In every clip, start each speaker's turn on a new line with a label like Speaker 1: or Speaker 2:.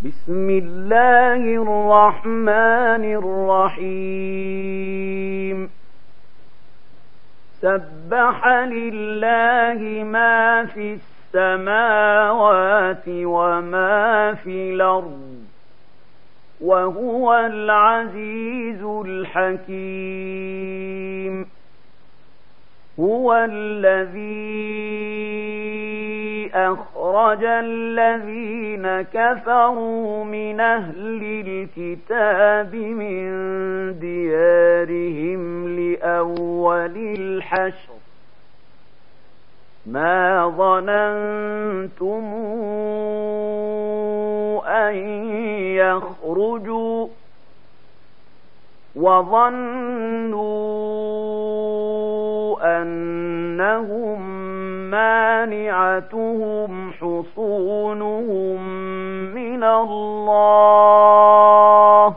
Speaker 1: بسم الله الرحمن الرحيم سبح لله ما في السماوات وما في الأرض وهو العزيز الحكيم هو الذي أخرج الذين كفروا من أهل الكتاب من ديارهم لأول الحشر ما ظننتم أن يخرجوا وظنوا أنهم مانعتهم حصونهم من الله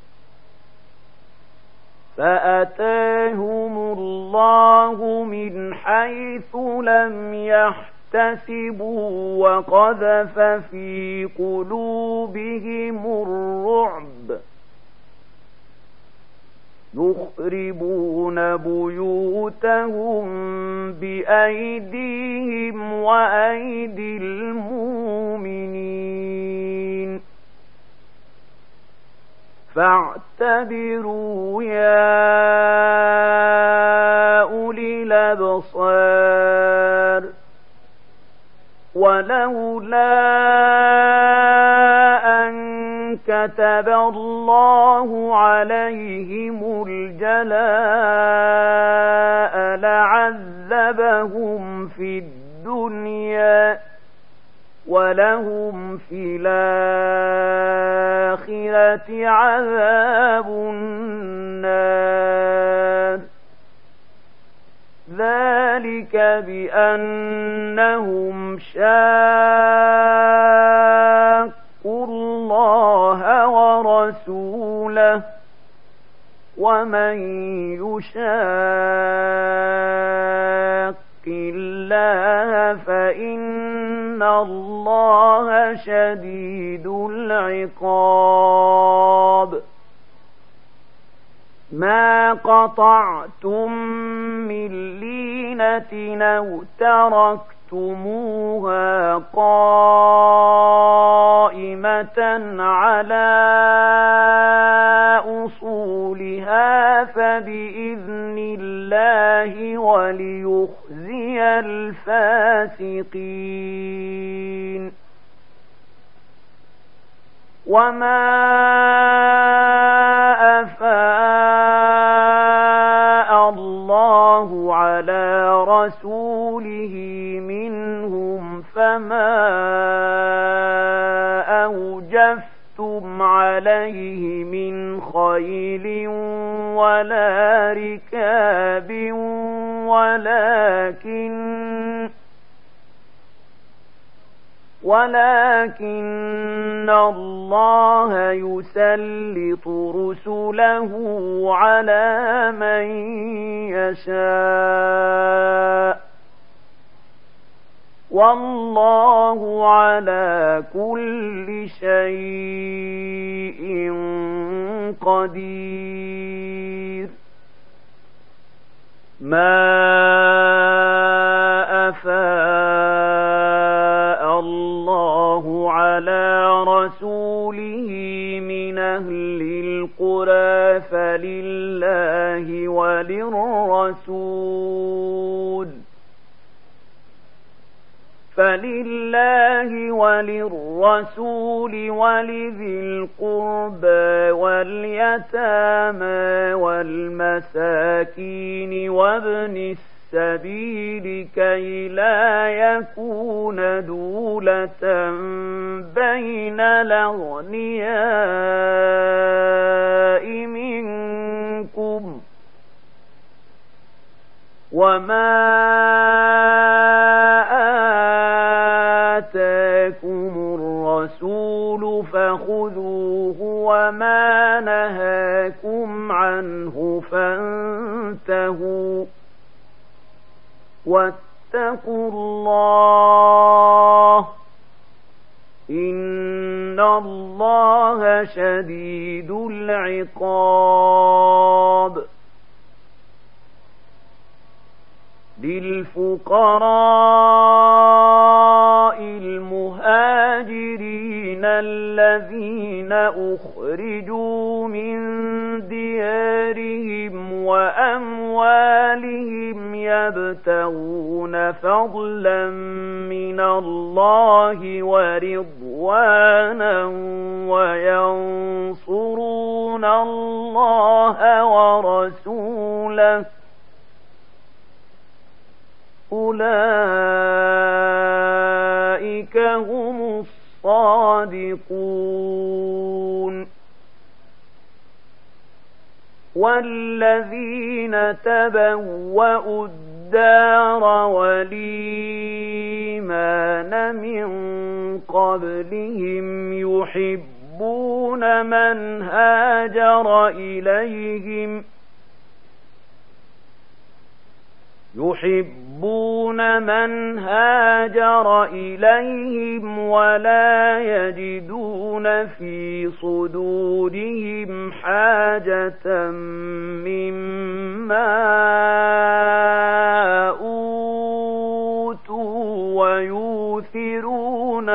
Speaker 1: فأتاهم الله من حيث لم يحتسبوا وقذف في قلوبهم الرعب يخربون بيوتهم بأيديهم وأيدي المؤمنين فاعتبروا يا أولي الأبصار ولولا أن كتب الله عليهم الجلاء لعذبهم في الدنيا ولهم في الآخرة عذاب النار ذلك بأنهم شاقوا الله ورسوله ومن يشاق الله فإن الله شديد العقاب ما قطعتم من لينة أو تركتموها قائمة على أصولها فبإذن الله وليخزي الفاسقين وما أفاء الله على رسوله منهم فما أوجفتم عليه من خيل ولا ركاب ولكن الله يسلط رسله على من يشاء والله على كل شيء قدير ما أفاء الله على رسوله من أهل القرى فلله وللرسول ولذي القربى واليتامى والمساكين وابن السبيل كي لا يكون دولة بين الأغنياء منكم وما آتاكم الرسول فخذوه وما نهاكم عنه فانتهوا واتقوا الله إن إن الله شديد العقاب. للفقراء المهاجرين الذين أخرجوا من ديارهم وأموالهم يبتغون فضلا من الله ورضوانا وينصرون الله ورسوله أولئك هم الصادقون. والذين تبوأوا الدار والإيمان من قبلهم يحبون من هاجر إليهم ولا يجدون في صدورهم حاجة مما أوتوا ويؤثرون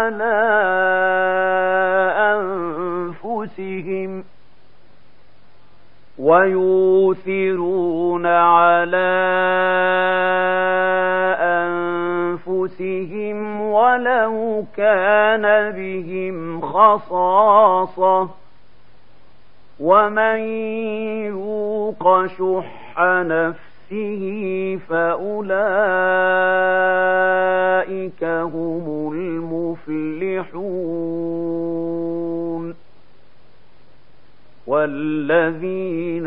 Speaker 1: على أنفسهم ولو كان بهم خصاصة ومن يوق شح نفسه فأولئك هم المفلحون. والذين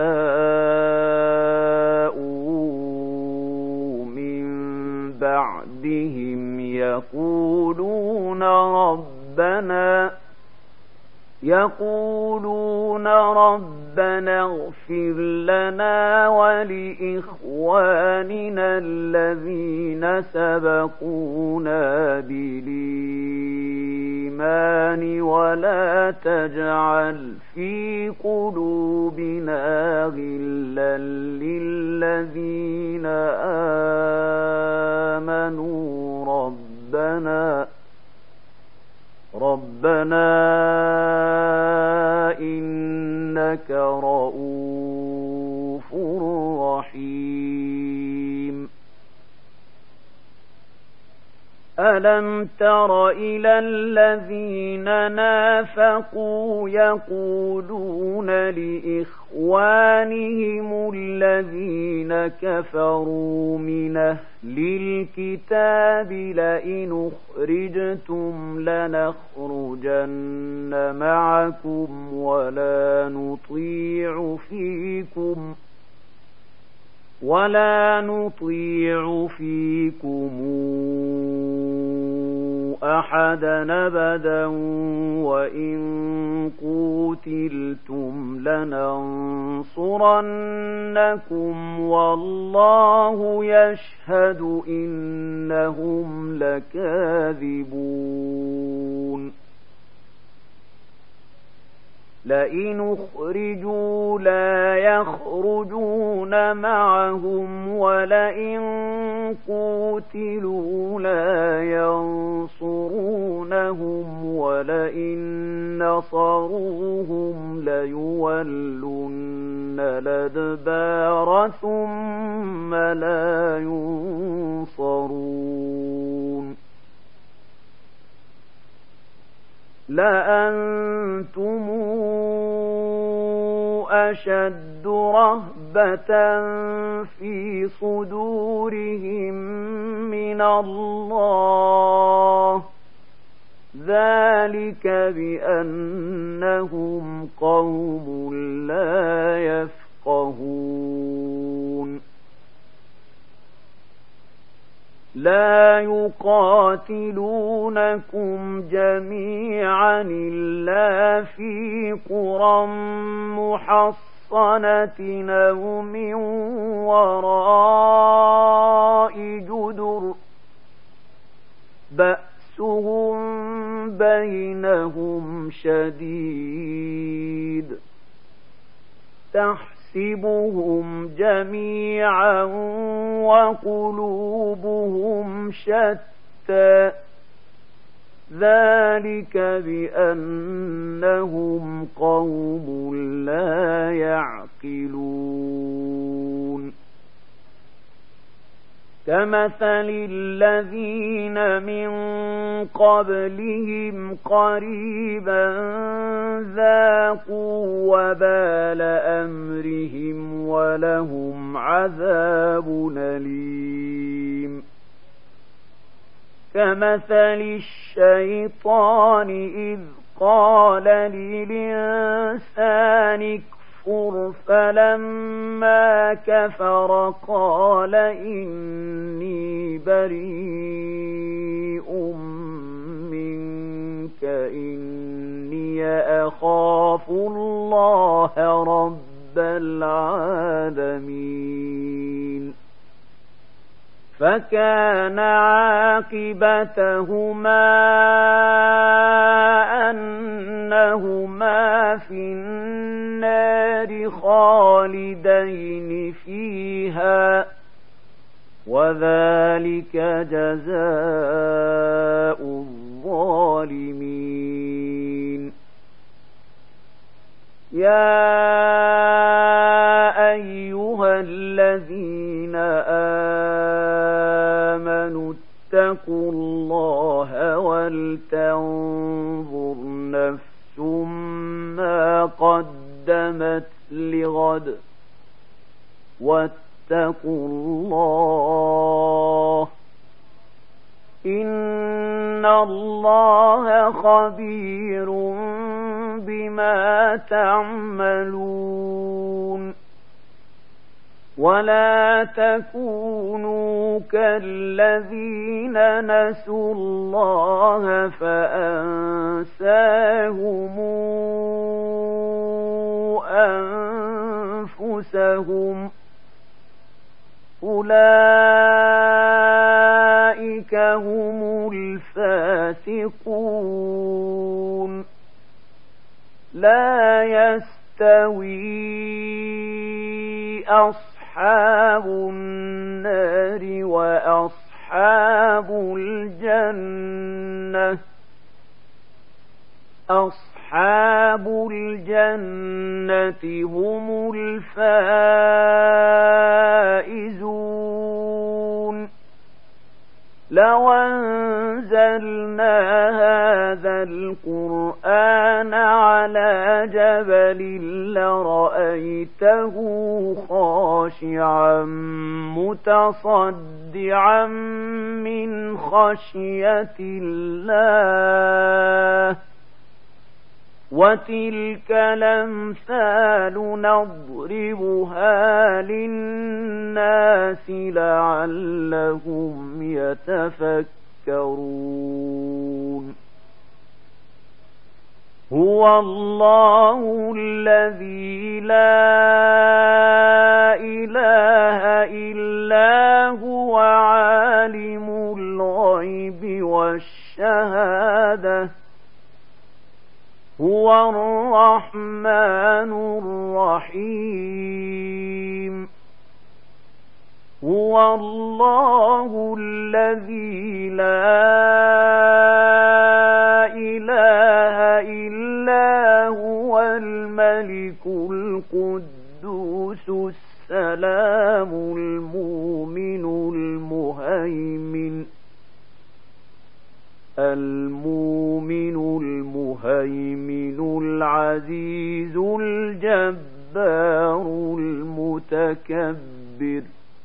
Speaker 1: جاءوا من بعدهم يقولون ربنا اغفر لنا ولإخواننا الذين سبقونا بالإيمان ولا تجعل في قلوبنا غلا للذين آمنوا ربنا إنك رؤوف رحيم. ألم تر إلى الذين نافقوا يقولون لإخوانهم الذين كفروا من أهل الكتاب لئن أخرجتم لنخرجن معكم ولا نطيع فيكم أحدا أبدا وإن قوتلتم لننصرنكم والله يشهد إنهم لكاذبون. لئن أخرجوا لا يخرجون معهم ولئن قوتلوا لا ينصرونهم ولئن نصروهم ليولن الأدبار ثم لا ينصرون. لأنتم أشد رهبة في صدورهم من الله ذلك بأنهم قوم لا يفقهون. لا يقاتلونكم جميعا إلا في قرى محصنة أو من وراء جدر بأسهم بينهم شديد تحسبهم جميعا وقلوبهم شتى ذلك بأنهم قوم لا يعقلون كمثل الذين من قبلهم قريبا ذاقوا وبال أمرهم ولهم عذاب أليم كمثل الشيطان إذ قال للإنسان اكفر فلما كفر قال إني بريء منك إني أخاف الله رب العالمين فكان عاقبتهما أنهما في النار خالدين فيها وذلك جزاء الظالمين يا أيها الذين آمنوا اتقوا الله ولتنظر نفس ما قدمت لغد واتقوا الله إن الله خبير بما تعملون ولا تكونوا كالذين نسوا الله فأنساهم أنفسهم أولئك هم الفاسقون لا يستوي أصحاب النار وأصحاب الجنة أصحاب الجنة هم الفائزون لو أنزلنا هذا القرآن على جبل لرأيته خاشعا متصدعا من خشية الله وتلك الأمثال نضربها للناس لعلهم يتفكرون هو الله الذي لا إله إلا هو عالم الغيب والشهادة هو الرحمن الرحيم هو الله الذي لا إله إلا هو الملك القدوس السلام المؤمن المهيمن العزيز الجبار المتكبر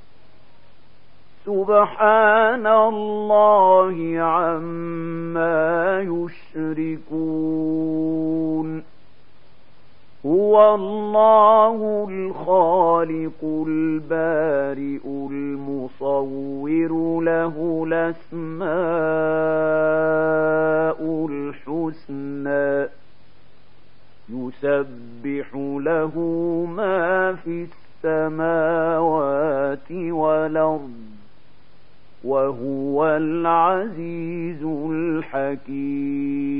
Speaker 1: سبحان الله عما يشركون هو الله الخالق البارئ المصور له الأسماء الحسنى يسبح له ما في السماوات والأرض وهو العزيز الحكيم